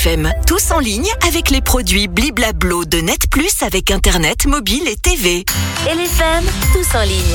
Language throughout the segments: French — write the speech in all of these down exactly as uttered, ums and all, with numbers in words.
F M. Tous en ligne avec les produits Bliblablo de Net Plus avec Internet, mobile et T V. L F M, tous en ligne.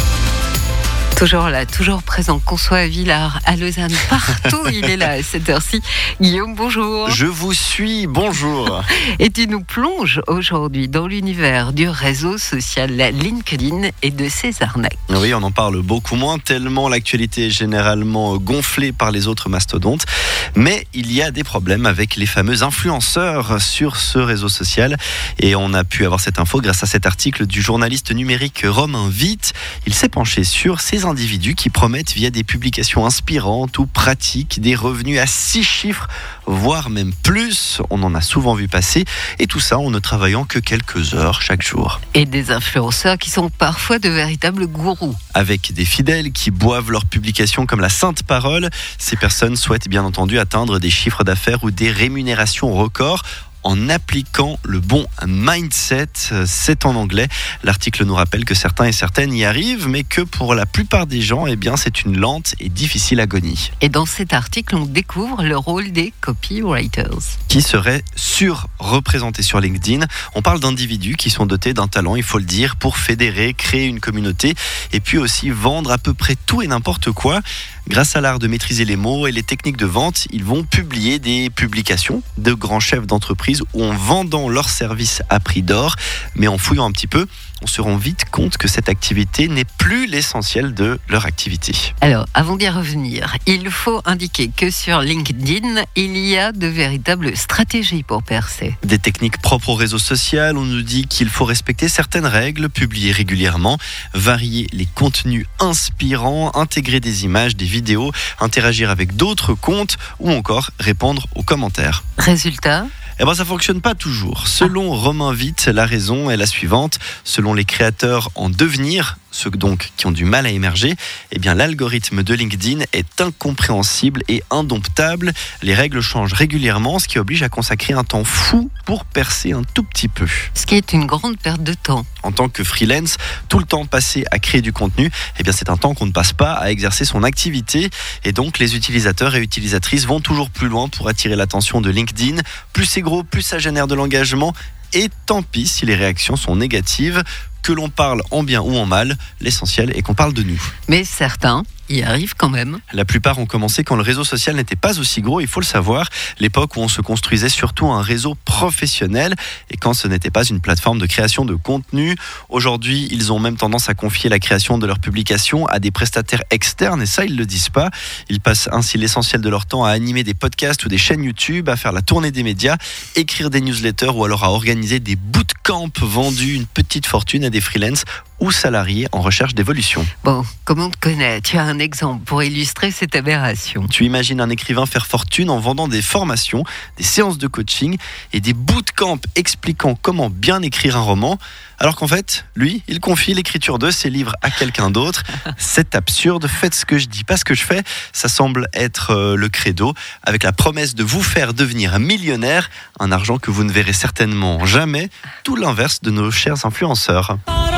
Toujours là, toujours présent, qu'on soit à Villars, à Lausanne, partout il est là à cette heure-ci. Guillaume, bonjour. Je vous suis, bonjour. Et tu nous plonges aujourd'hui dans l'univers du réseau social LinkedIn et de ses arnaques. Oui, on en parle beaucoup moins, tellement l'actualité est généralement gonflée par les autres mastodontes. Mais il y a des problèmes avec les fameux influenceurs sur ce réseau social. Et on a pu avoir cette info grâce à cet article du journaliste numérique Romain Witt. Il s'est penché sur ces individus qui promettent via des publications inspirantes ou pratiques des revenus à six chiffres, voire même plus. On en a souvent vu passer. Et tout ça en ne travaillant que quelques heures chaque jour. Et des influenceurs qui sont parfois de véritables gourous. Avec des fidèles qui boivent leurs publications comme la sainte parole, ces personnes souhaitent bien entendu atteindre des chiffres d'affaires ou des rémunérations records en appliquant le bon mindset. C'est en anglais. L'article nous rappelle que certains et certaines y arrivent, mais que pour la plupart des gens, eh bien, c'est une lente et difficile agonie. Et dans cet article, on découvre le rôle des copywriters. Qui seraient surreprésentés sur LinkedIn. On parle d'individus qui sont dotés d'un talent, il faut le dire, pour fédérer, créer une communauté et puis aussi vendre à peu près tout et n'importe quoi. Grâce à l'art de maîtriser les mots et les techniques de vente, ils vont publier des publications de grands chefs d'entreprise ou en vendant leurs services à prix d'or. Mais en fouillant un petit peu, on se rend vite compte que cette activité n'est plus l'essentiel de leur activité. Alors, avant d'y revenir, il faut indiquer que sur LinkedIn, il y a de véritables stratégies pour percer. Des techniques propres au réseau social, on nous dit qu'il faut respecter certaines règles, publier régulièrement, varier les contenus inspirants, intégrer des images, des vidéos, interagir avec d'autres comptes ou encore répondre aux commentaires. Résultat ? Eh ben, ça fonctionne pas toujours. Selon Romain Witt, la raison est la suivante. Selon les créateurs en devenir, ceux donc qui ont du mal à émerger, eh bien, l'algorithme de LinkedIn est incompréhensible et indomptable. Les règles changent régulièrement, ce qui oblige à consacrer un temps fou pour percer un tout petit peu. Ce qui est une grande perte de temps. En tant que freelance, tout le temps passé à créer du contenu, eh bien, c'est un temps qu'on ne passe pas à exercer son activité. Et donc, les utilisateurs et utilisatrices vont toujours plus loin pour attirer l'attention de LinkedIn. Plus c'est gros, plus ça génère de l'engagement. Et tant pis si les réactions sont négatives. Que l'on parle en bien ou en mal, l'essentiel est qu'on parle de nous. Mais certains y arrivent quand même. La plupart ont commencé quand le réseau social n'était pas aussi gros, il faut le savoir. L'époque où on se construisait surtout un réseau professionnel et quand ce n'était pas une plateforme de création de contenu. Aujourd'hui, ils ont même tendance à confier la création de leurs publications à des prestataires externes et ça, ils ne le disent pas. Ils passent ainsi l'essentiel de leur temps à animer des podcasts ou des chaînes YouTube, à faire la tournée des médias, écrire des newsletters ou alors à organiser des bootcamps vendus une petite fortune à des freelances ou salariés en recherche d'évolution. Bon, comme on te connaît, tu as un exemple pour illustrer cette aberration. Tu imagines un écrivain faire fortune en vendant des formations, des séances de coaching et des bootcamps expliquant comment bien écrire un roman, alors qu'en fait, lui, il confie l'écriture de ses livres à quelqu'un d'autre. C'est absurde, faites ce que je dis, pas ce que je fais. Ça semble être euh, le credo, avec la promesse de vous faire devenir millionnaire, un argent que vous ne verrez certainement jamais, tout l'inverse de nos chers influenceurs.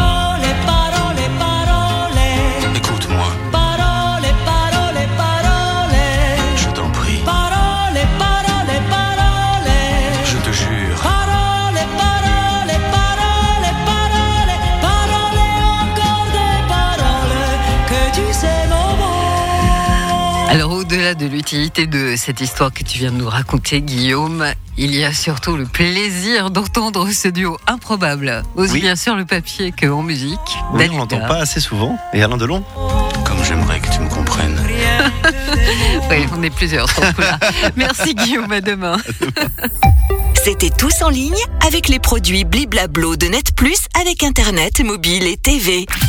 Alors au-delà de l'utilité de cette histoire que tu viens de nous raconter, Guillaume, il y a surtout le plaisir d'entendre ce duo improbable, aussi oui. bien sur le papier qu'en musique. Oui, on l'entend pas assez souvent. Et Alain Delon. Comme j'aimerais que tu me comprennes. Oui, on est plusieurs sur ce coup-là. Merci Guillaume, à demain. C'était Tous en ligne avec les produits Bliblablo de Net Plus avec Internet, mobile et T V.